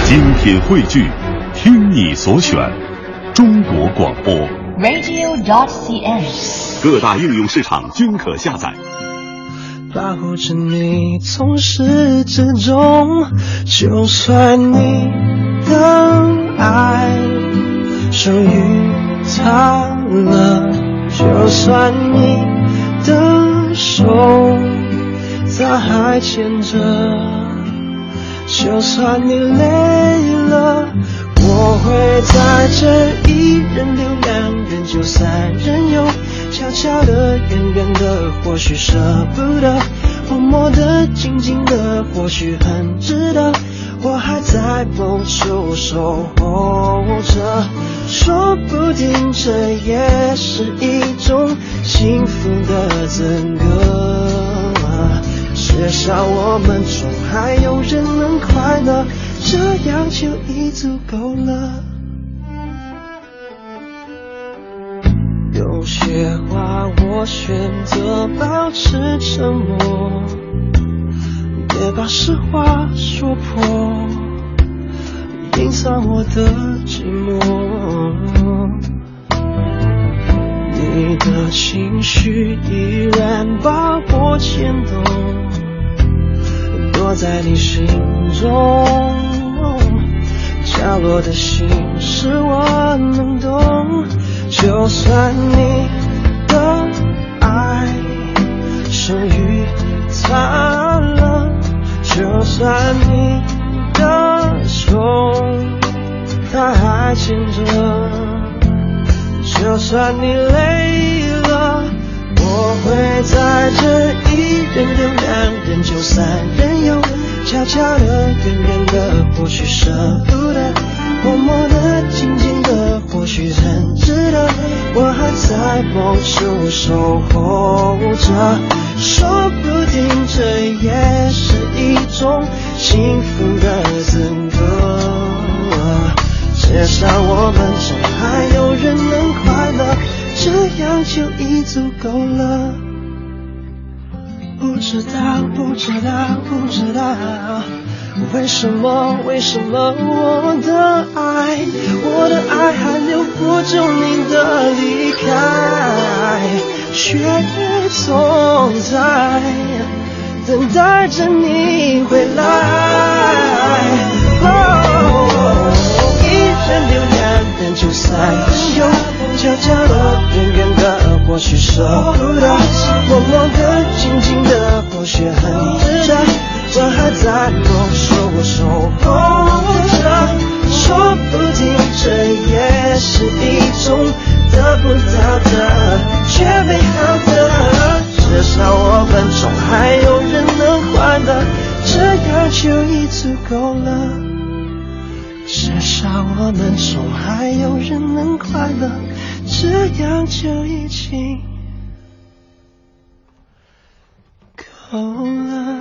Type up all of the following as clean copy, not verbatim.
精品汇聚，听你所选，中国广播 radio.cn， 各大应用市场均可下载。 保护着你从始至终，就算你的爱属于他了，就算你的手他还牵着，就算你累了，我会在这一人留两人就三人游，悄悄的远远的或许舍不得，默默的静静的或许很值得，我还在某处守候着，说不定这也是一种幸福的资格，至少我们中还有人能快乐，这样就已足够了。有些话我选择保持沉默，别把实话说破，隐藏我的寂寞。你的情绪依然把我牵动，躲在你心中，角落的心事我能懂，就算你的爱属于他了，就算你的手他还牵着，就算你累了，我会在这一人留两人就三人游，悄悄的远远的或许舍不得，默默的静静的或许很值得，我还在某处守候着，说不定这也是一种幸福的资格，至少我们中还有人能快乐，这样就已足够了。不知道为什么我的爱还留不住你的离开，却总在等待着你回来。一人留两人就三人游，悄悄的远远的或许舍不得，默默的静静的或许很值得，我还在某处守候着，说不定这也是一种得不到的却美好的，至少我们中还有人能快乐，这样就已足够了，至少我们中还有人能快乐，这样就已经够了。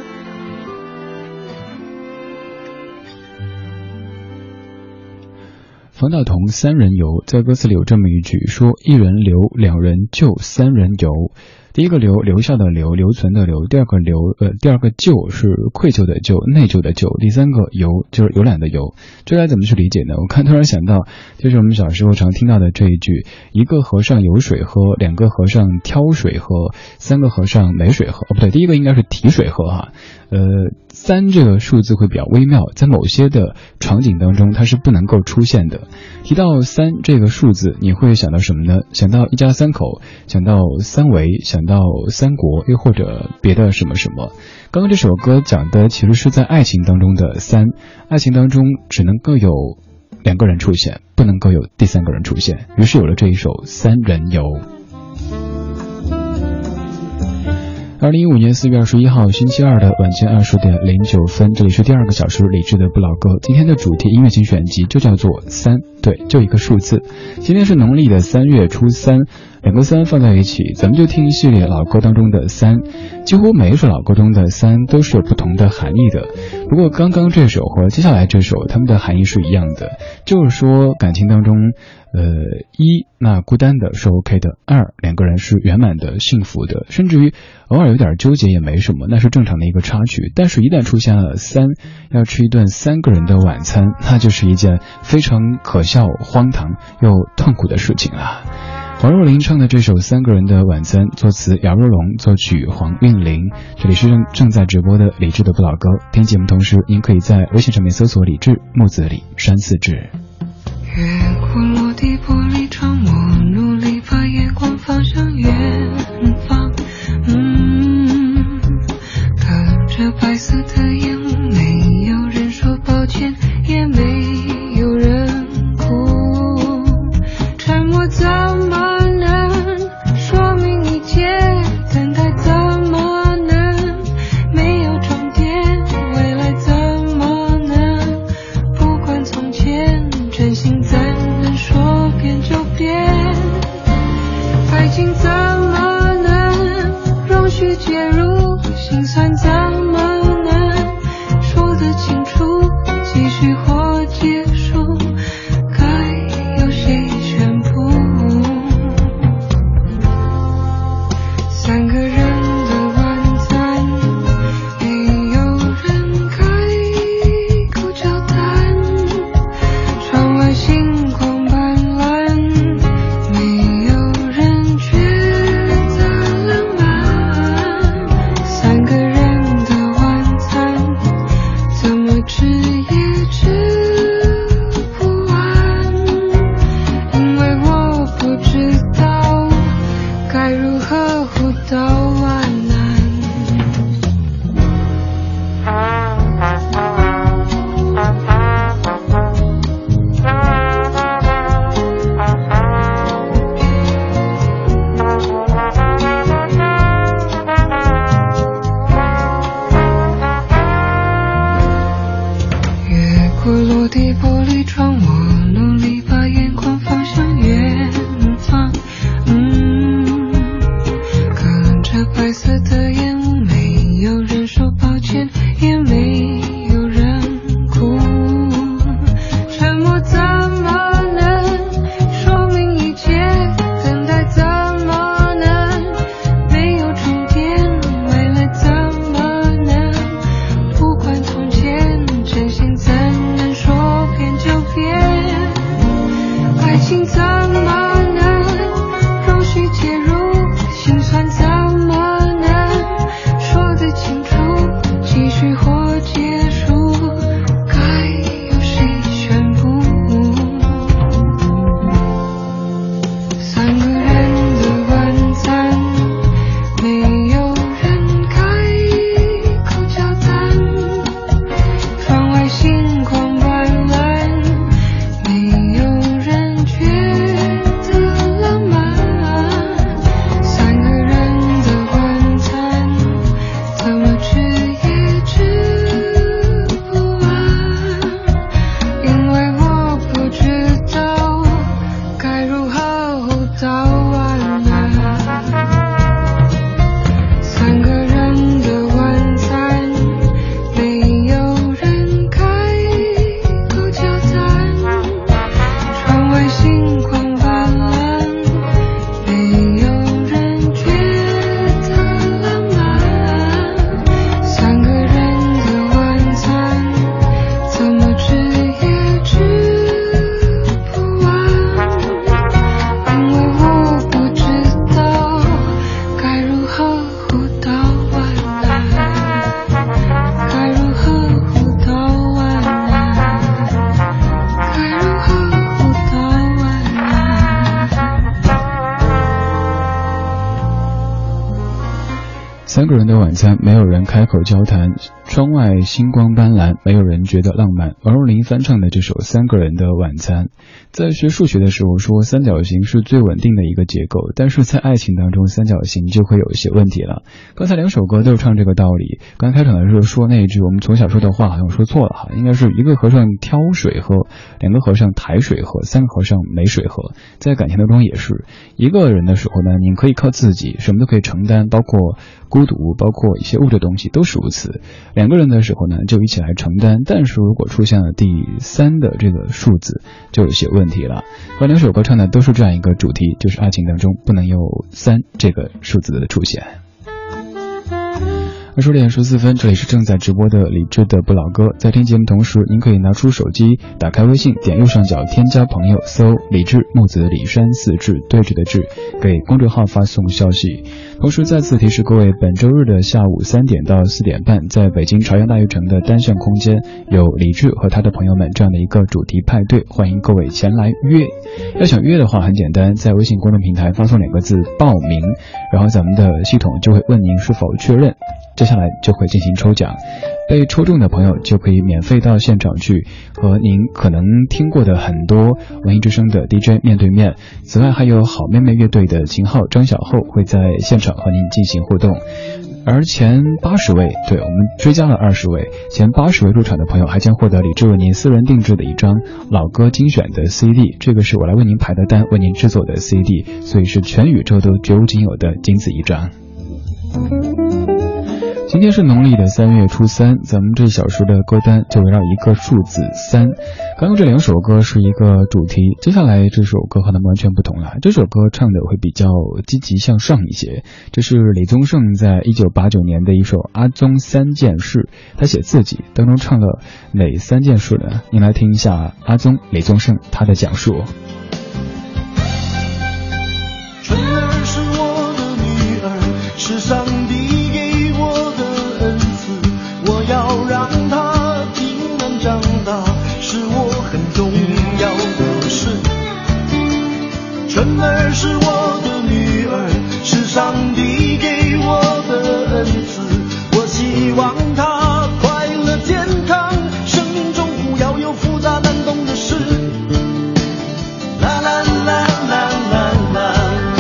方大同三人游，在歌词里有这么一句，说一人留两人就三人游。第一个留下的留存的留，第二个疚是愧疚的疚，内疚的疚，第三个游就是游览的游。这该怎么去理解呢？我突然想到，就是我们小时候常听到的这一句，一个和尚有水喝，两个和尚挑水喝，三个和尚没水喝。不对，第一个应该是提水喝哈。三这个数字会比较微妙，在某些的场景当中它是不能够出现的。提到三这个数字，你会想到什么呢？想到一家三口，想到三维，想到三国，又或者别的什么什么。刚刚这首歌讲的其实是在爱情当中的三，爱情当中只能够有两个人出现，不能够有第三个人出现，于是有了这一首三人游。2015年4月21号星期二的晚间20点09分，这里是第二个小时理智的不老歌。今天的主题音乐精选集就叫做三，对，就一个数字。今天是农历的3月初3， 两个三放在一起，咱们就听一系列老歌当中的三，几乎每一首老歌中的三都是有不同的含义的。不过刚刚这首和接下来这首，它们的含义是一样的，就是说感情当中，一，那孤单的是 OK 的；二，两个人是圆满的、幸福的，甚至于偶尔有点纠结也没什么，那是正常的一个插曲。但是，一旦出现了三，要吃一顿三个人的晚餐，那就是一件非常可笑、荒唐又痛苦的事情了。黄若琳唱的这首《三个人的晚餐》，作词姚若龙，作曲黄韵玲。这里是正在直播的理智的不老歌。听节目同时，您可以在微信上面搜索理智，木子李，山寺志。 越过落地玻璃窗，我努力把眼光放向远方。隔着白色的烟雾，没有人说抱歉，也没有人哭。沉默怎么能说明一切？等待怎么能没有终点？未来怎么能不管从前？真心怎能说变就变？爱情怎么能容许介入？心酸怎么能说得清楚？继续或结束，该由谁宣布？三个人的晚餐，没有人开口交谈。窗外星光斑斓，没有人觉得浪漫。三个人的晚餐，怎么吃也吃不完，因为我不知道该如何互道晚安。越过落地玻璃窗，我努力把眼光放向远方。隔着白色的烟雾，没有人说抱歉，也没有人哭。沉默怎么能说明一切？等待怎么能没有终点？未来怎么能不管从前？真心怎能说变就变？爱情怎么能容许介入？心酸怎么能说得清楚？继续或结束，该由谁宣布？三个人的晚餐，没有人开口交谈。窗外星光斑斓，没有人觉得浪漫。三个人的晚餐，怎么吃也吃不完，因为我不知道该如何互道晚安。三个人的晚餐，没有人开口交谈。窗外星光斑斓，没有人觉得浪漫。三个人的晚餐，怎么吃也吃不完，因为我不知道该如何互道晚安，该如何互道晚安，该如何互道晚安。 三个人的晚餐，没有人开口交谈。 窗外星光斑斓，没有人觉得浪漫。王若琳翻唱的这首《三个人的晚餐》。在学数学的时候说三角形是最稳定的一个结构，但是在爱情当中三角形就会有一些问题了。刚才两首歌都是唱这个道理。刚开场的时候说那一句我们从小说的话好像说错了哈，应该是一个和尚挑水喝，两个和尚抬水喝，三个和尚没水喝。在感情当中也是，一个人的时候呢，你可以靠自己，什么都可以承担，包括孤独，包括一些物质的东西都是如此。两个人的时候呢，就一起来承担，但是如果出现了第三的这个数字，就有些问题了。而两首歌唱的都是这样一个主题，就是爱情当中不能有3这个数字的出现。20点14分，这里是正在直播的理智的不老歌。在听节目同时，您可以拿出手机，打开微信，点右上角添加朋友，搜理智木子李山四志对峙的志，给公众号发送消息。同时再次提示各位，本周日的下午3点到4点半，在北京朝阳大悦城的单向空间，有理智和他的朋友们这样的一个主题派对，欢迎各位前来约。要想约的话很简单，在微信公众平台发送2个字报名，然后咱们的系统就会问您是否确认，接下来就会进行抽奖，被抽中的朋友就可以免费到现场去和您可能听过的很多文艺之声的 DJ 面对面。此外还有好妹妹乐队的秦昊、张小厚会在现场和您进行互动。而前80位，对，我们追加了20位，前80位入场的朋友还将获得理智为您私人定制的一张老歌精选的 CD， 这个是我来为您排的单，为您制作的 CD， 所以是全宇宙都绝无仅有的仅此一张。今天是农历的3月初3，咱们这1小时的歌单就围绕一个数字3。刚刚这2首歌是一个主题，接下来这首歌和他们完全不同了。这首歌唱的会比较积极向上一些，这是李宗盛在1989年的一首《阿宗3件事》，他写自己当中唱了哪3件事呢？您来听一下阿宗李宗盛他的讲述。 春儿是我的女儿，是上帝给我的恩赐，我要让她平安长大，是我很重要的事。春儿是我的女儿，是上帝给我的恩赐，我希望她快乐健康，生命中不要有复杂难懂的事。啦啦啦啦啦啦。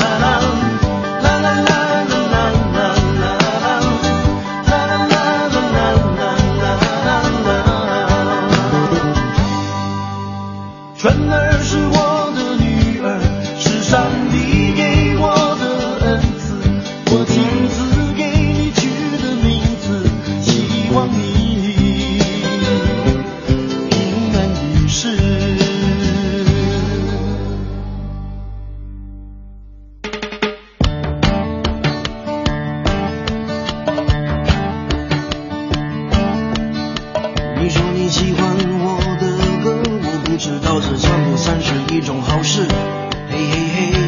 春儿是我的女儿，是上帝给我的恩赐，我亲自给你取的名字，希望你平安于世。你说你喜欢我的歌，我不知道这算不算是一种好事，嘿嘿嘿。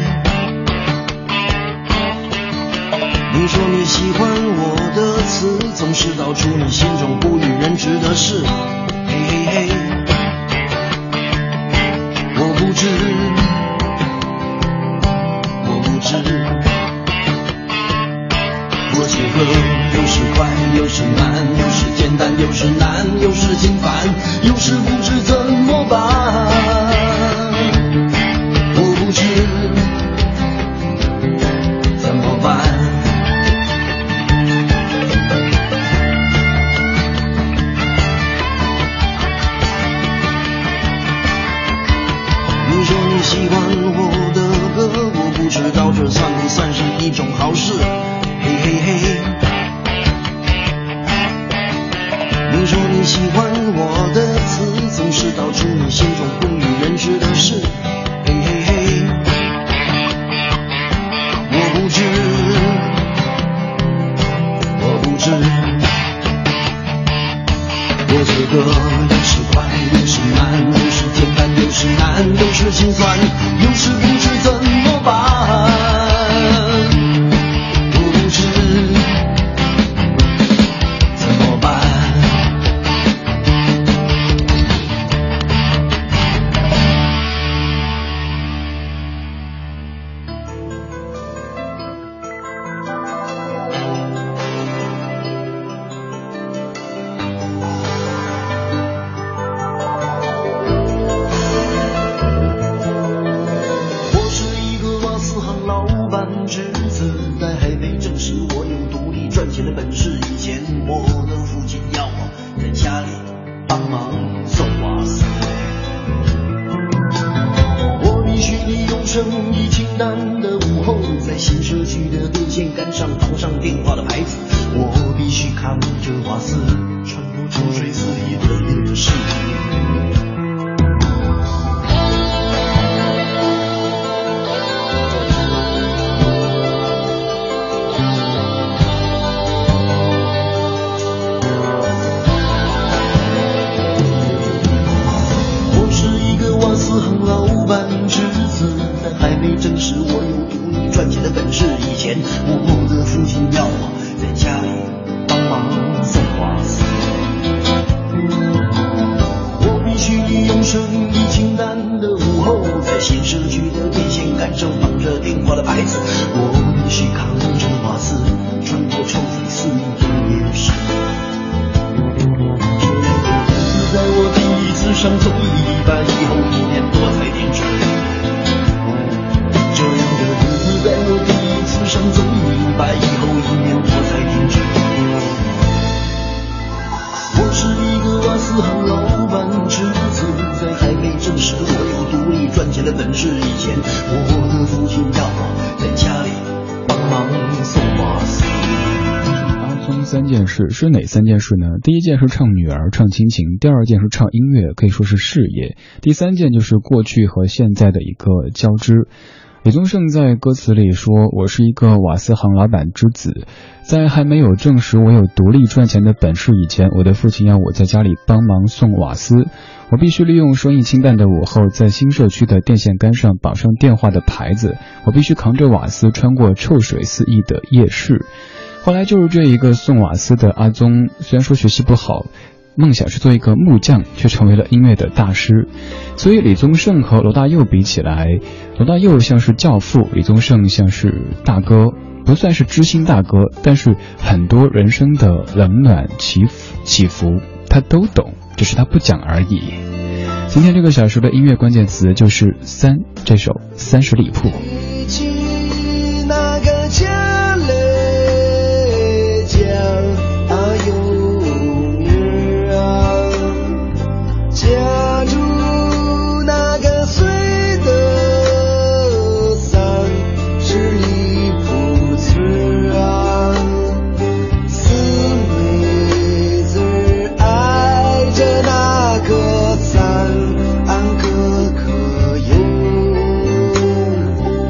你说你喜欢我的词，总是道出你心中不与人知的事，嘿嘿嘿。我不知，我结合有时快，有时慢，有时简单，有时难，有时心烦，有时不知怎么办。我不知怎么办。你说你喜欢我的歌，我不知道这算不算是一种好事，嘿嘿嘿。你说你喜欢我的词，总是道出你心中不与人知的事，嘿嘿嘿。我不知，我这个有时快，有时慢，有时简单，有时难，有时心酸，有时不知怎么办。我不知怎么办。 没证实我有独立赚钱的本事以前，我的父亲要我在家里帮忙送瓦斯。我必须利用生意清淡的午后，在新社区的电线杆上放着电话的牌子，我必须扛着瓦斯穿过臭水四的夜市。在我第一次上走1礼拜以后，1年多才停止。这样的日子在我第一次上走1礼拜以后，1年多才停止。我是一个瓦斯行老板侄子，在还没证实我有独立赚钱的本事以前，我的父亲要我在家里帮忙送瓦斯。 从3件事是哪3件事呢？第一件是唱女儿唱亲情，第二件是唱音乐，可以说是事业，第3件就是过去和现在的一个交织。李宗盛在歌词里说，我是一个瓦斯行老板之子，在还没有证实我有独立赚钱的本事以前，我的父亲要我在家里帮忙送瓦斯，我必须利用生意清淡的午后，在新社区的电线杆上绑上电话的牌子，我必须扛着瓦斯穿过臭水四溢的夜市。后来就是这一个送瓦斯的阿宗，虽然说学习不好，梦想是做一个木匠，却成为了音乐的大师。所以李宗盛和罗大佑比起来，罗大佑像是教父，李宗盛像是大哥，不算是知心大哥，但是很多人生的冷暖起伏他都懂，只是他不讲而已。今天这个小时的音乐关键词就是3，这首30里铺。 家住那个碎的30里铺村啊，四妹子挨着那个山，俺哥哥有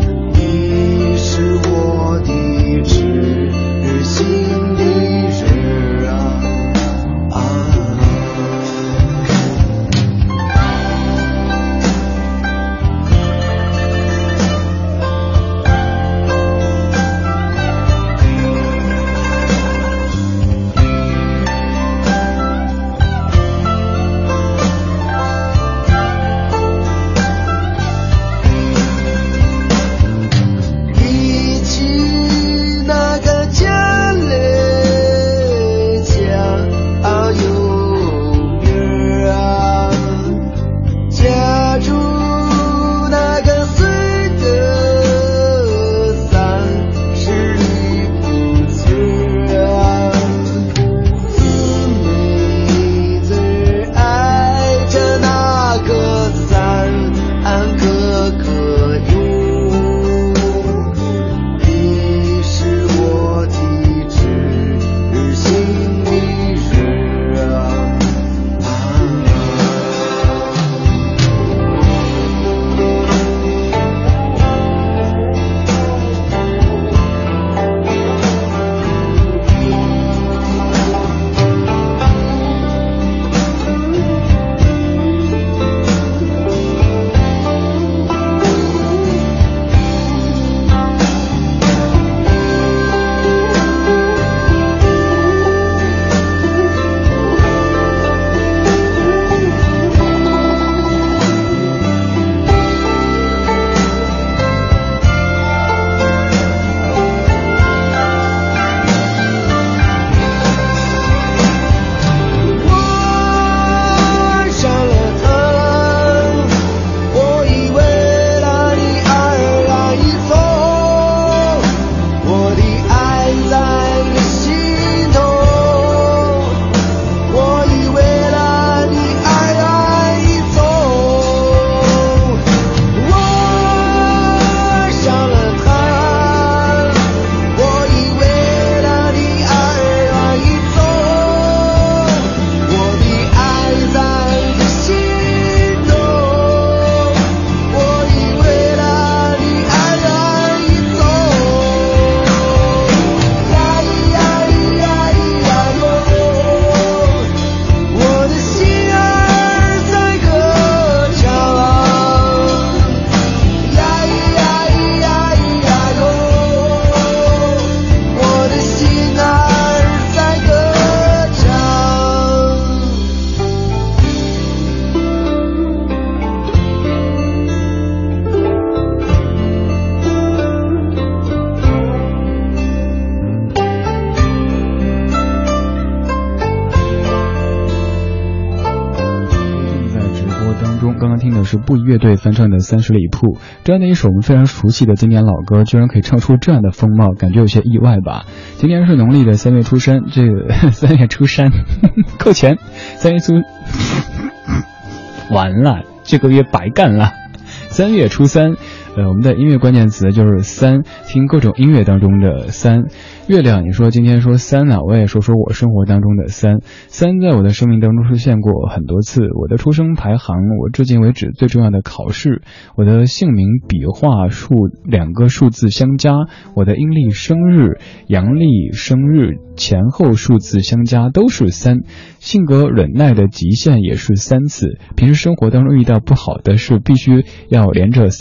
当中，刚刚听的是布衣乐队翻唱的《30里铺》，这样的一首我们非常熟悉的经典老歌，居然可以唱出这样的风貌，感觉有些意外吧。今天是农历的3月初三，这个3月初三扣钱，3月初完了，这个月白干了。3月初三，我们的音乐关键词就是三，听各种音乐当中的三。月亮，你说今天说三啊，我也说说我生活当中的三。三在我的生命当中出现过很多次，我的出生排行，我至今为止最重要的考试，我的姓名笔画数2个数字相加，我的阴历生日、阳历生日前后数字相加都是3，性格忍耐的极限也是3次。平时生活当中遇到不好的事，必须要连着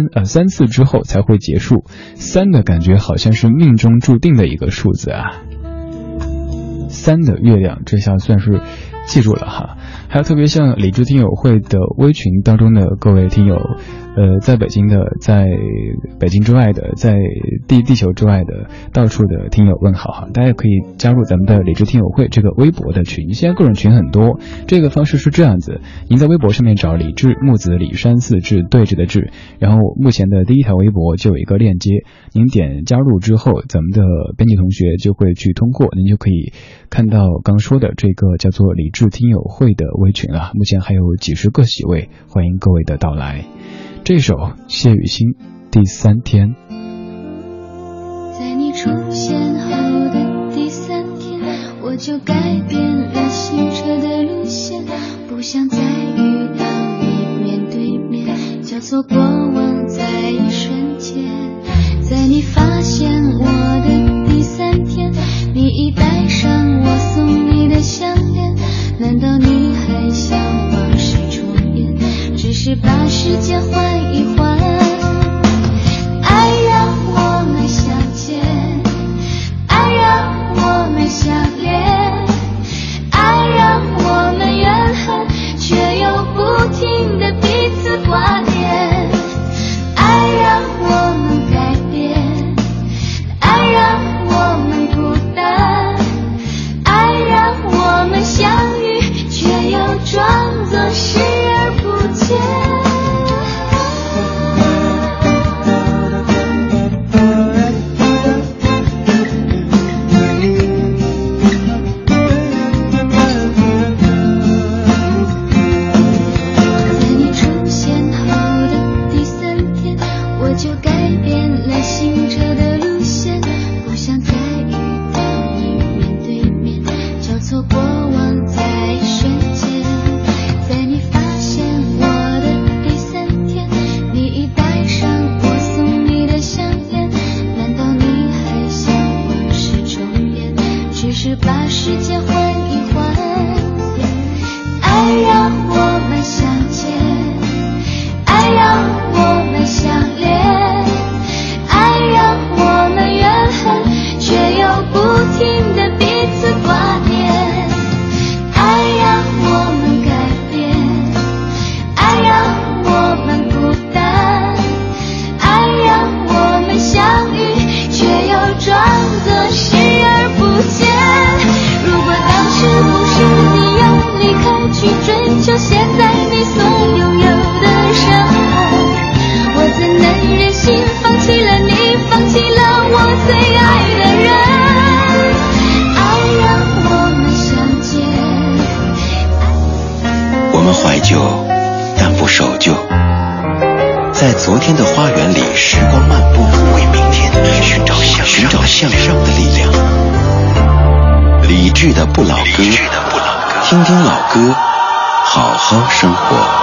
3次之后才会结束。3的感觉好像是命中注定的一个数字啊。3的月亮，这下算是记住了哈。还有特别像理智听友会的微群当中的各位听友，在北京的，在北京之外的，在地球之外的，到处的听友问好哈，大家可以加入咱们的理智听友会这个微博的群，现在个人群很多。这个方式是这样子，您在微博上面找李志，木子李山寺志对峙的志，然后目前的第一条微博就有一个链接，您点加入之后，咱们的编辑同学就会去通过，您就可以看到刚说的这个叫做理智听友会的微群啊，目前还有几十个席位，欢迎各位的到来。这首谢雨欣第3天。 在你出现后的第3天，我就改变了行车的路线，不想再遇到你面对面，交错过往在一瞬间。在你发现我的第3天，你已戴上我送你的项链，难道你还想往事重演？只是把时间换一换，爱让我们相见，爱让我们相恋，爱让我们怨恨，却又不停地彼此挂念。爱让我们改变，爱让我们孤单，爱让我们相遇，却又装作视而不见。 在昨天的花园里时光漫步，为明天寻找向上的力量。理智的不老歌，听听老歌，好好生活。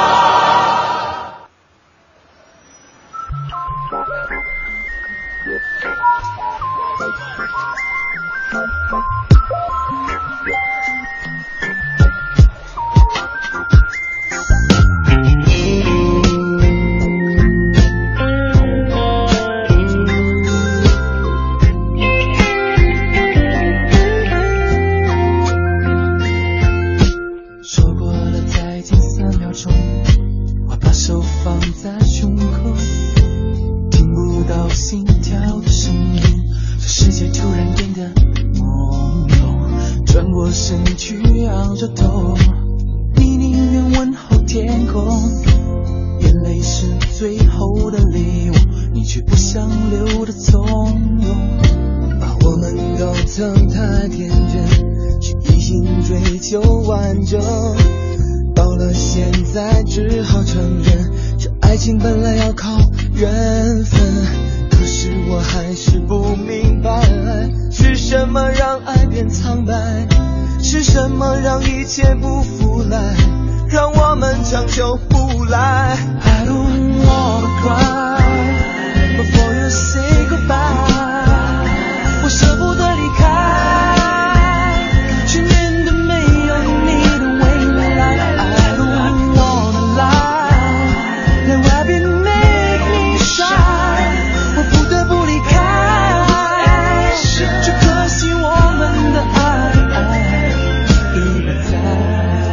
身躯仰着头，你宁愿问候天空，眼泪是最后的礼物，你却不想留得从容，把我们搞得太天真，去一心追求完整，到了现在只好承认，这爱情本来要靠缘分，可是我还是不明白，是什么让爱变苍白，是什么让一切不复来，让我们长久不来。 I don't wanna cry before you say goodbye， 我舍不得离开，去面对没有你的未来。 I don't wanna lie， let rabbit make me shine， 我不得不离开，只可惜我们的爱已不在。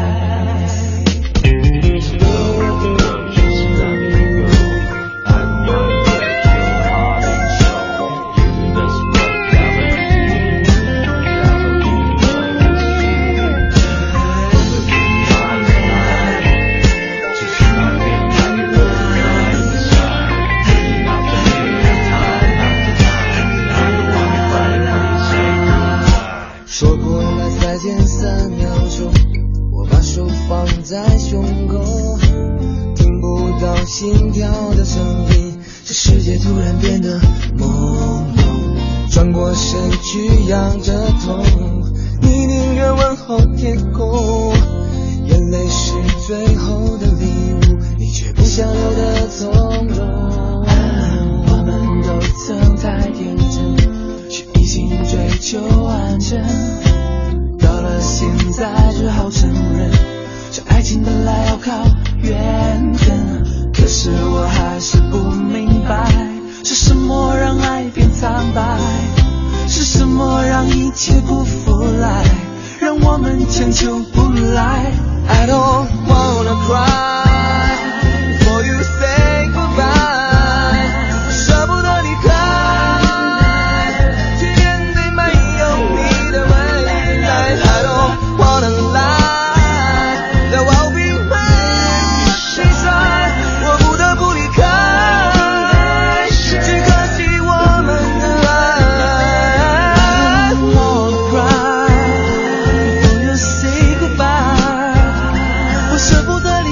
说过了再见3秒钟，我把手放在胸口，听不到心跳的声音，这世界突然变得朦胧，转过身去仰着头，你宁愿问候天空，眼泪是最后的礼物，你却不想留得从容，我们都曾太天真，去一心追求完整，到了现在只好承认，这爱情本来要靠缘分，可是我还是不明白，是什么让爱变苍白，是什么让一切不复来，让我们强求不来。 I don't wanna cry before you say goodbye， 舍不得离开，去面对没有你的未来。 I don't wanna lie， there will be rain inside， 我不得不离开，只可惜我们的爱。 I don't wanna cry before you say goodbye， 我舍不得离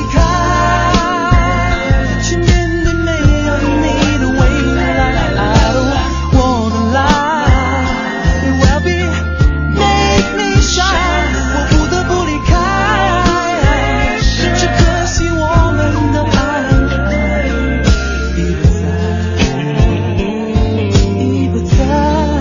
开，去面对没有你的未来。 I don't wanna lie， it will be make me shine， 我不得不离开，只可惜我们的爱已不在，已不在。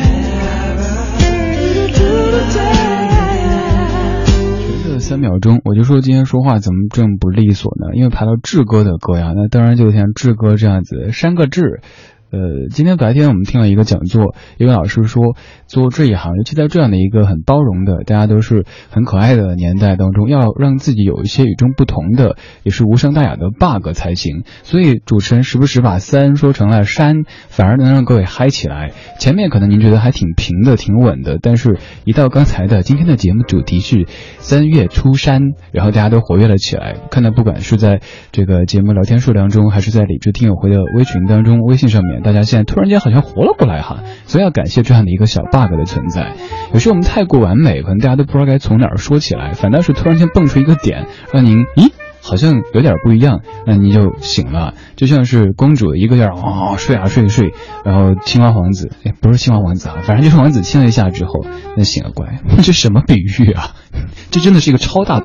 这3秒钟，我就说今天说话怎么这么不利索呢？因为排到志哥的歌呀，那当然就像志哥这样子3个志。今天白天我们听了一个讲座，一个老师说，做这一行，尤其在这样的一个很包容的，大家都是很可爱的年代当中，要让自己有一些与众不同的，也是无伤大雅的 bug 才行。所以主持人时不时把3说成了山，反而能让各位嗨起来。前面可能您觉得还挺平的，挺稳的，但是一到刚才的今天的节目主题是3月出山，然后大家都活跃了起来。看到不管是在这个节目聊天数量中，还是在理智听友会的微群当中，微信上面，大家现在突然间好像活了过来哈，所以要感谢这样的一个小 bug 的存在。有时候我们太过完美，可能大家都不知道该从哪儿说起来，反倒是突然间蹦出一个点，让您好像有点不一样，那你就醒了，就像是公主一个劲儿睡啊睡，然后青蛙王子，不是青蛙王子啊，反正就是王子亲了一下之后，那醒了过来。这什么比喻啊？这真的是一个超大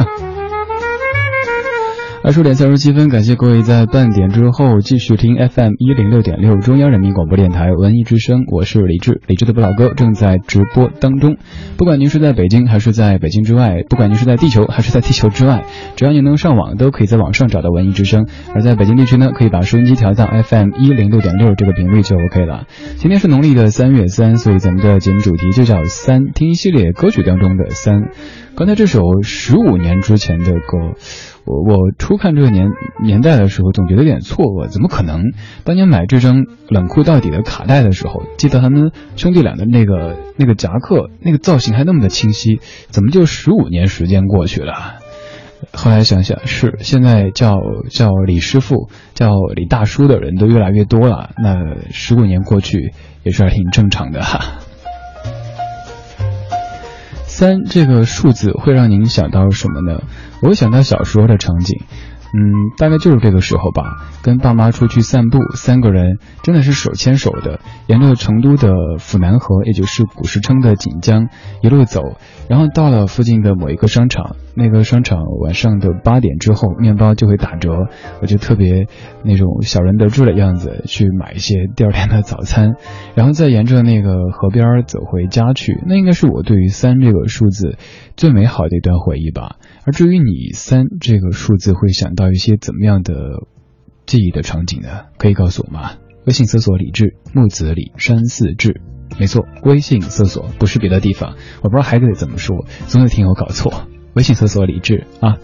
bug。20点37分，感谢各位在半点之后继续听 FM 106.6中央人民广播电台文艺之声，我是李志的不老哥正在直播当中。不管您是在北京还是在北京之外，不管您是在地球还是在地球之外，只要您能上网，都可以在网上找到文艺之声。而在北京地区呢，可以把收音机调到 FM 106.6这个频率就 OK 了。今天是农历的3月3，所以咱们的节目主题就叫3，听一系列歌曲当中的3。刚才这首15年之前的歌，我初看这个年代的时候总觉得有点错愕，怎么可能？当年买这张冷酷到底的卡带的时候，记得他们兄弟俩的那个夹克那个造型还那么的清晰，怎么就15年时间过去了？ 后来想想是现在叫李师傅叫李大叔的人都越来越多了，那15年过去也是还挺正常的哈。3这个数字会让您想到什么呢？我会想到小时候的场景，大概就是这个时候吧，跟爸妈出去散步，3个人真的是手牵手的，沿着成都的府南河，也就是古时称的锦江一路走，然后到了附近的某一个商场，那个商场晚上的8点之后面包就会打折，我就特别那种小人得志的样子去买一些第二天的早餐，然后再沿着那个河边走回家去。那应该是我对于3这个数字最美好的一段回忆吧。而至于你3这个数字会想到一些怎么样的记忆的场景呢？可以告诉我吗？微信搜索李志，木子李山寺志，没错，微信搜索不是别的地方，我不知道还得怎么说，总有听我搞错。微信搜索李志啊。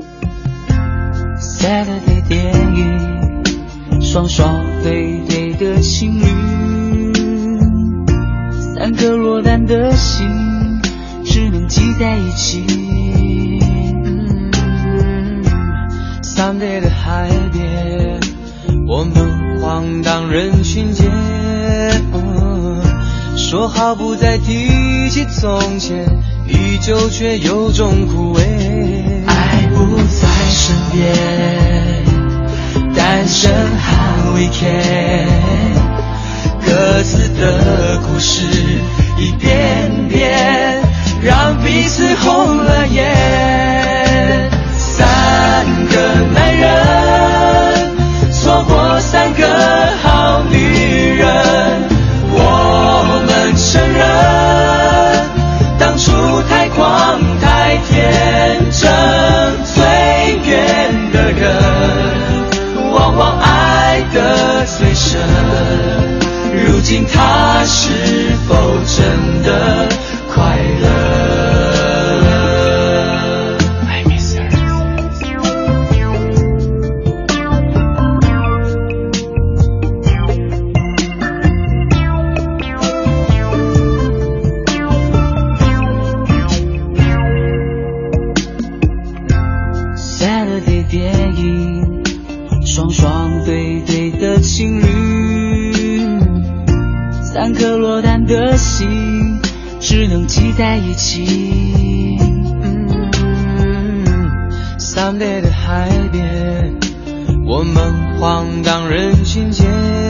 Saturday 电影，双双对对的情侣，3颗落单的心只能系在一起。Sunday 的海边，我们晃荡人群间，说好不再提起从前，依旧却有种枯萎。爱不在身边，单身和 weekend， 各自的故事一遍遍，让彼此红了眼。3个男人错过3个好女人，我们承认当初太狂太天真，最远的人往往爱得最深，如今他是否真的快乐？I miss her。Saturday 电影，双双对对的情侣，3颗落单的心只能系在一起。Sunday 的海边，我们晃荡人群间，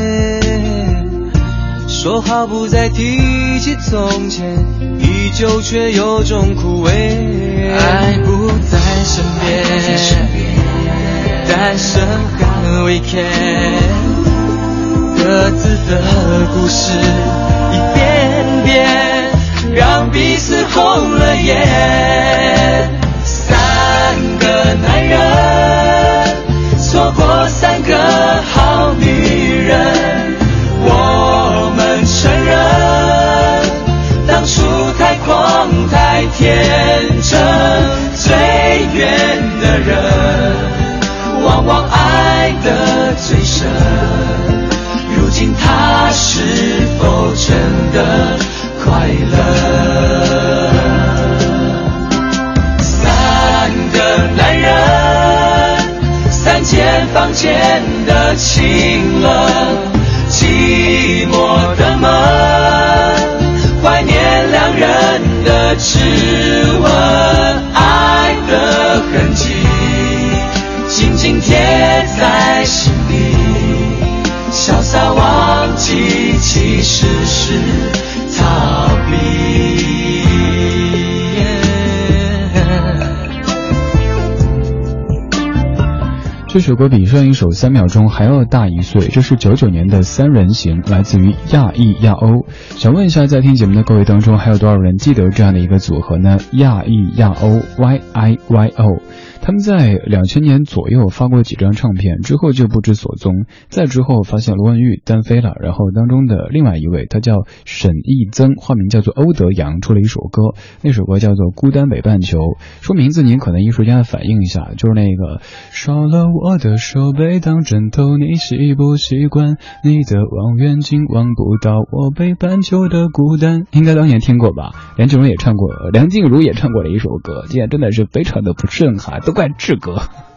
说好不再提起从前，依旧却有种枯萎。爱不在身边，单身和 weekend， 各自的故事一遍遍，让彼此红了眼。3个男人错过3个好女人，我们承认当初太狂太天真，最远的人往往爱得最深，如今他是否真的快乐？3个男人，3间房间的清冷，寂寞的门，怀念2人的指纹，爱的痕迹紧紧贴在心里，潇洒忘记其实是逃避。 这首歌比上一首3秒钟还要大1岁，这是99年的3人行，来自于亚裔亚欧。想问一下，在听节目的各位当中，还有多少人记得这样的一个组合呢？亚裔亚欧 YIYO。他们在2000年左右发过几张唱片，之后就不知所踪。再之后发现罗文玉单飞了，然后当中的另外一位，他叫沈义增，化名叫做欧德阳，出了一首歌，那首歌叫做《孤单北半球》。说名字您可能一时间反应一下，就是那个少了我的手背当枕头，你习不习惯？你的望远镜望不到我北半球的孤单。应该当年听过吧？梁静茹也唱过了一首歌，竟然真的是非常的不顺哈， 责怪志哥。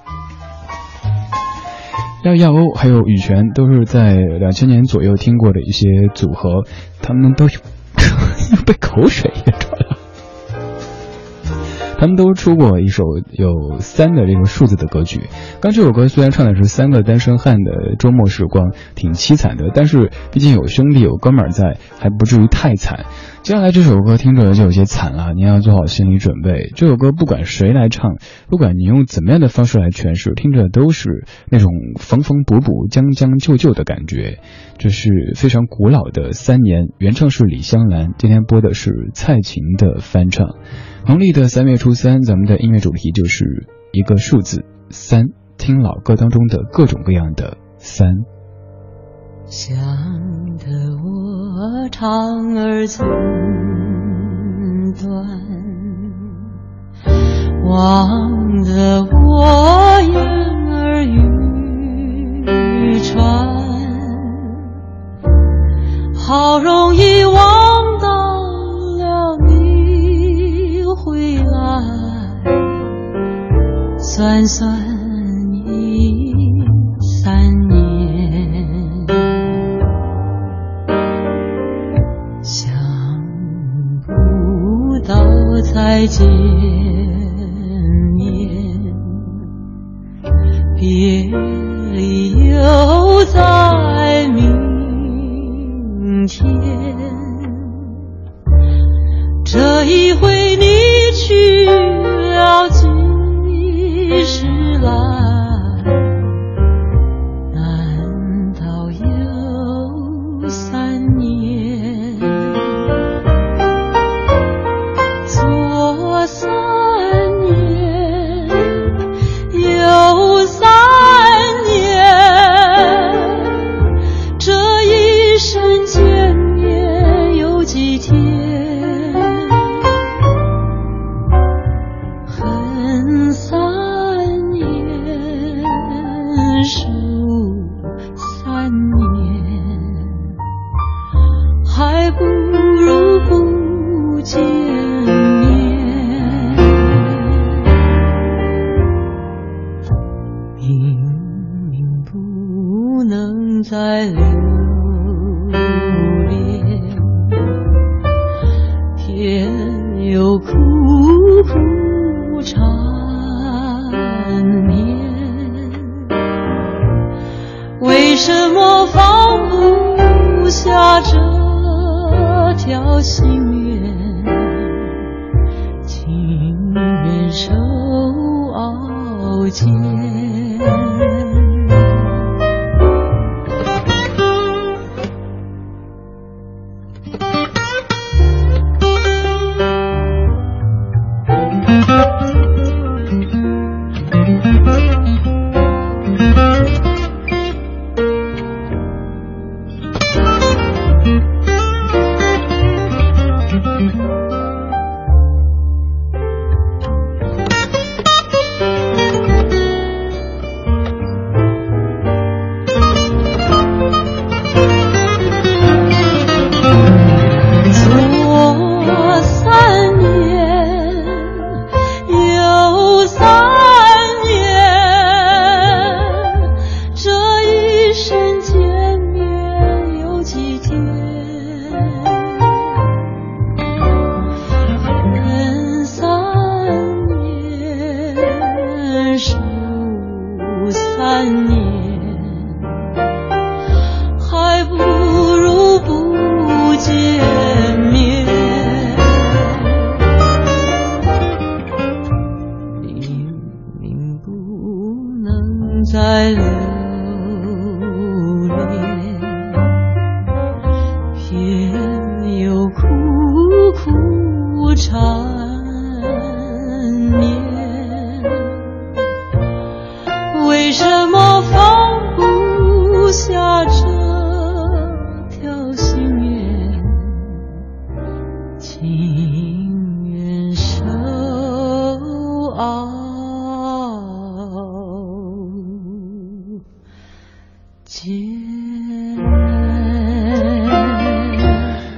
亚欧还有羽泉都是在2000年左右听过的一些组合，他们都有被口水噎着了。他们都出过一首有3的这个数字的歌曲。刚这首歌虽然唱的是3个单身汉的周末时光，挺凄惨的，但是毕竟有兄弟有哥们儿在，还不至于太惨。接下来这首歌听着就有些惨了，你要做好心理准备。这首歌不管谁来唱，不管你用怎么样的方式来诠释，听着都是那种缝缝补补将将就就的感觉。这是非常古老的3年，原唱是李香兰，今天播的是蔡琴的翻唱。农历的3月初3，咱们的音乐主题就是一个数字3，听老歌当中的各种各样的3。 想得我肠儿寸断，忘得我言儿欲穿，好容易望到了你回来，算算已3年，想不到再见面，别离又在明天，这一回你去了几时来，难道有3年，左3年右3年，这一生见面有几天，恨3年数3年，还不如不见面，明明不能再留恋，偏又苦苦缠绵，为什么放不下这条心愿，情愿受熬煎。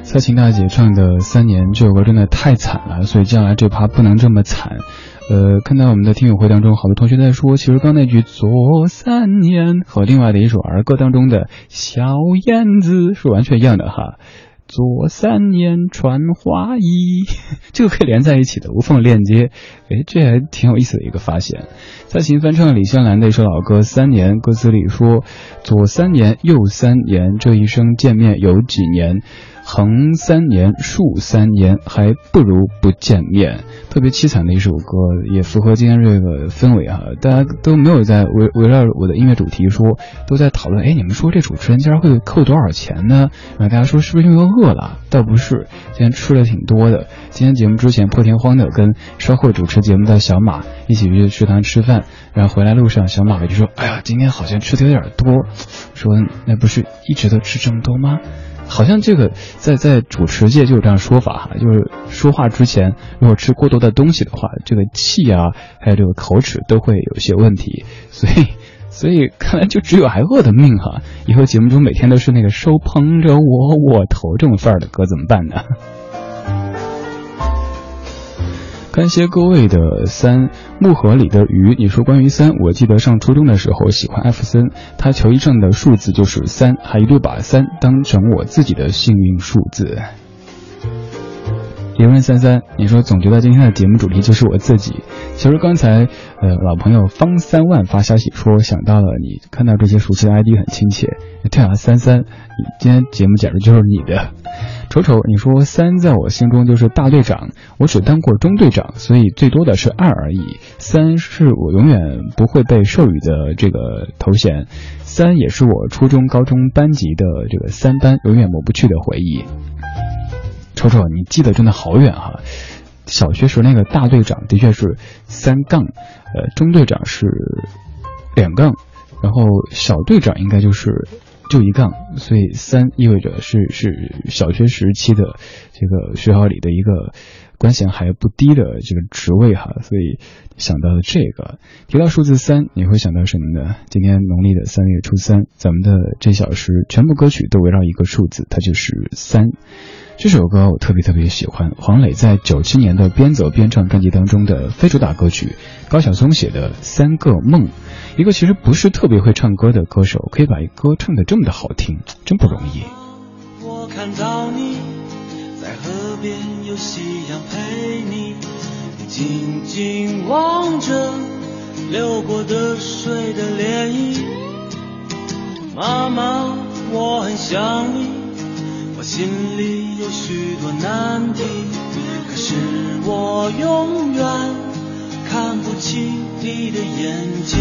蔡琴大姐唱的3年这首歌真的太惨了，所以接下来这趴不能这么惨。看到我们的听友会当中，好多同学在说，其实刚那句左3年和另外的一首儿歌当中的小燕子是完全一样的哈。左3年穿花衣，这个可以连在一起的，无缝链接。这还挺有意思的一个发现。蔡琴翻唱李香兰的一首老歌《3年》，歌词里说：左3年右3年，这一生见面有几年？横3年竖3年，还不如不见面。特别凄惨的一首歌，也符合今天这个氛围啊！大家都没有在围绕我的音乐主题说，都在讨论，你们说这主持人竟然会扣多少钱呢？然后大家说是不是因为饿了？倒不是，今天吃了挺多的。今天节目之前破天荒的跟稍后主持节目的小马一起去食堂吃饭，然后回来路上小马就说：“哎呀，今天好像吃的有点多。”说那不是一直都吃这么多吗？好像这个在主持界就有这样说法哈，就是说话之前如果吃过多的东西的话，这个气啊，还有这个口齿都会有些问题，所以看来就只有挨饿的命哈。以后节目中每天都是那个手捧着我头这种范儿的歌怎么办呢？感谢各位的3木盒里的鱼，你说关于3，我记得上初中的时候喜欢艾弗森，他球衣上的数字就是3，还一度把3当成我自己的幸运数字。留人33，你说总觉得今天的节目主题就是我自己。其实刚才老朋友方3万发消息说想到了你，看到这些熟悉的 ID 很亲切。对啊，33，今天节目简直就是你的。瞅瞅，你说3在我心中就是大队长，我只当过中队长，所以最多的是2而已。3是我永远不会被授予的这个头衔，3也是我初中高中班级的这个3班永远抹不去的回忆。瞅瞅，你记得真的好远哈。小学时那个大队长的确是3杠，中队长是2杠，然后小队长应该就1杠，所以3意味着是小学时期的这个学校里的一个官衔还不低的这个职位哈，所以想到了这个。提到数字3，你会想到什么呢？今天农历的3月初3，咱们的这小时全部歌曲都围绕一个数字，它就是3。这首歌我特别喜欢，黄磊在97年的边走边唱专辑当中的非主打歌曲，高晓松写的3个梦。一个其实不是特别会唱歌的歌手，可以把一歌唱得这么的好听，真不容易。 我看到你在河边有夕阳陪你，你静静望着流过的水的涟漪。妈妈，我很想你，我心里有许多难题，可是我永远看不清你的眼睛。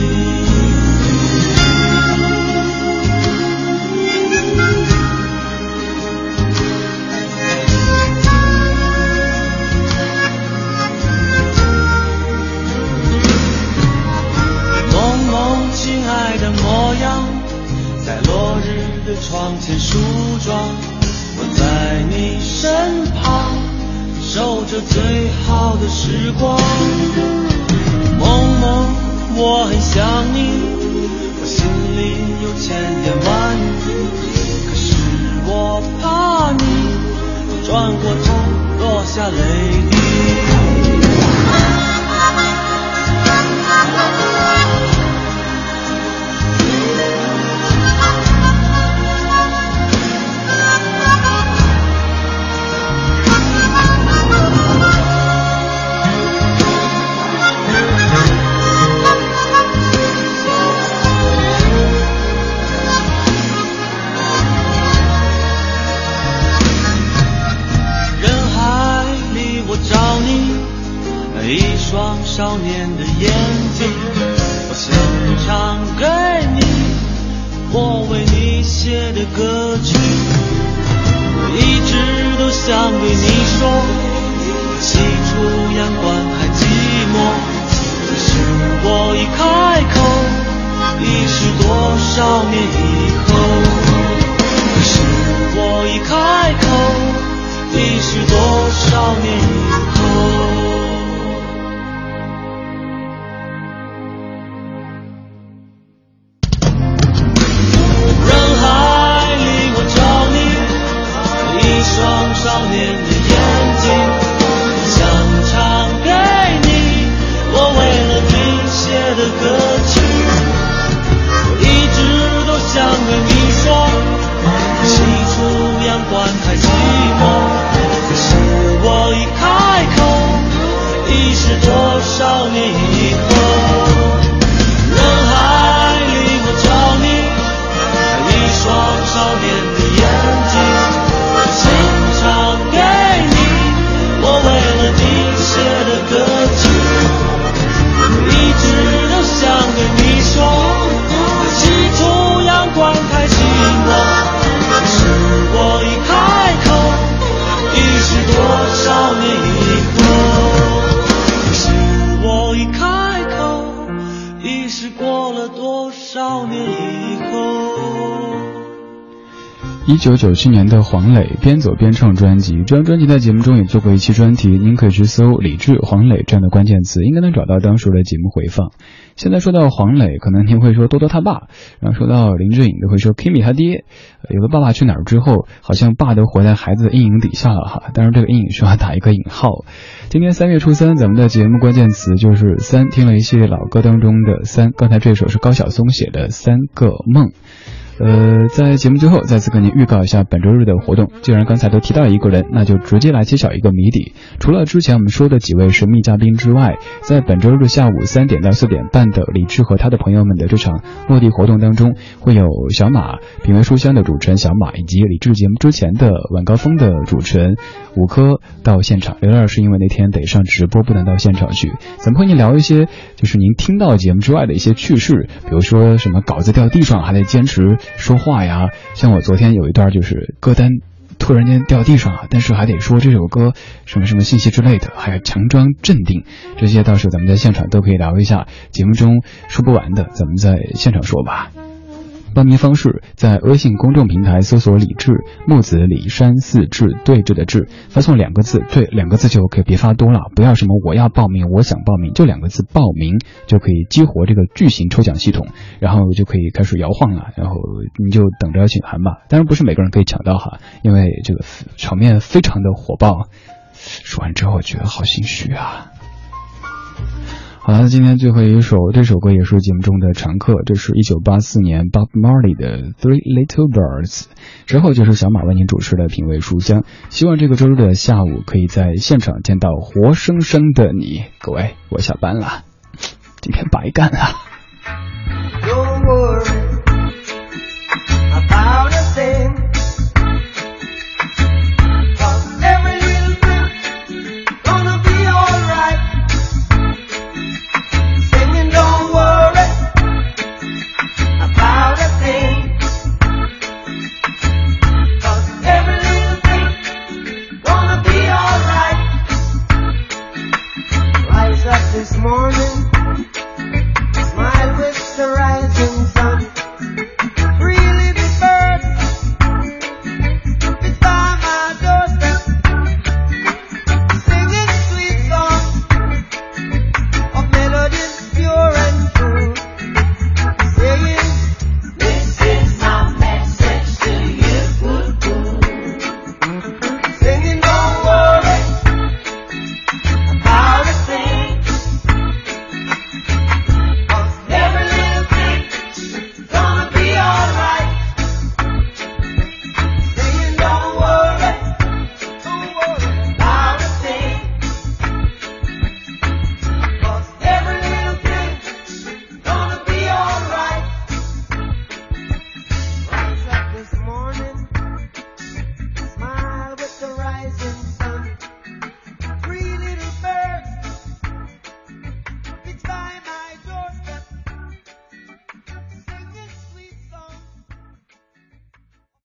蒙蒙亲爱的模样，在落日的窗前梳妆，我在你身旁守着最好的时光。梦梦，我很想你，我心里有千言万语，可是我怕你转过头落下泪滴。双少年的眼睛，我想唱给你我为你写的歌曲，我一直都想对你说，起初阳关还寂寞，可是我一开口已是多少年以后，可是我一开口已是多少年以后。双手少年以后。 1997年的黄磊边走边唱专辑，这张专辑在节目中也做过一期专题，您可以去搜李志、黄磊这样的关键词，应该能找到当时的节目回放。现在说到黄磊，可能您会说多多他爸，然后说到林志颖都会说 Kimi 他爹。有了爸爸去哪儿之后，好像爸都活在孩子的阴影底下了哈，当然这个阴影需要打一个引号。今天3月初3，咱们的节目关键词就是3，听了一系列老歌当中的3，刚才这首是高晓松写的《三个梦》。在节目最后再次跟您预告一下本周日的活动。既然刚才都提到一个人，那就直接来揭晓一个谜底。除了之前我们说的几位神秘嘉宾之外，在本周日下午3点到4点半的李志和他的朋友们的这场落地活动当中，会有小马品味书香的主持人小马，以及李志节目之前的晚高峰的主持人吴科到现场。刘二是因为那天得上直播，不能到现场去。咱们会跟您聊一些就是您听到节目之外的一些趣事，比如说什么稿子掉地上还得坚持说话呀，像我昨天有一段就是歌单突然间掉地上了，但是还得说这首歌什么什么信息之类的，还要强装镇定，这些到时候咱们在现场都可以聊一下，节目中说不完的咱们在现场说吧。报名方式在微信公众平台搜索李志，木子李山四志对峙的志，发送2个字，对2个字就可以，别发多了，不要什么我要报名我想报名，就2个字报名就可以激活这个巨型抽奖系统，然后就可以开始摇晃了，然后你就等着请函吧。当然不是每个人可以抢到哈，因为这个场面非常的火爆。说完之后觉得好心虚啊。好了，今天最后一首，这首歌也是节目中的常客，这是1984年 Bob Marley 的 Three Little Birds， 之后就是小马为您主持的品味书香。希望这个周日的下午可以在现场见到活生生的你。各位，我下班了，今天白干了。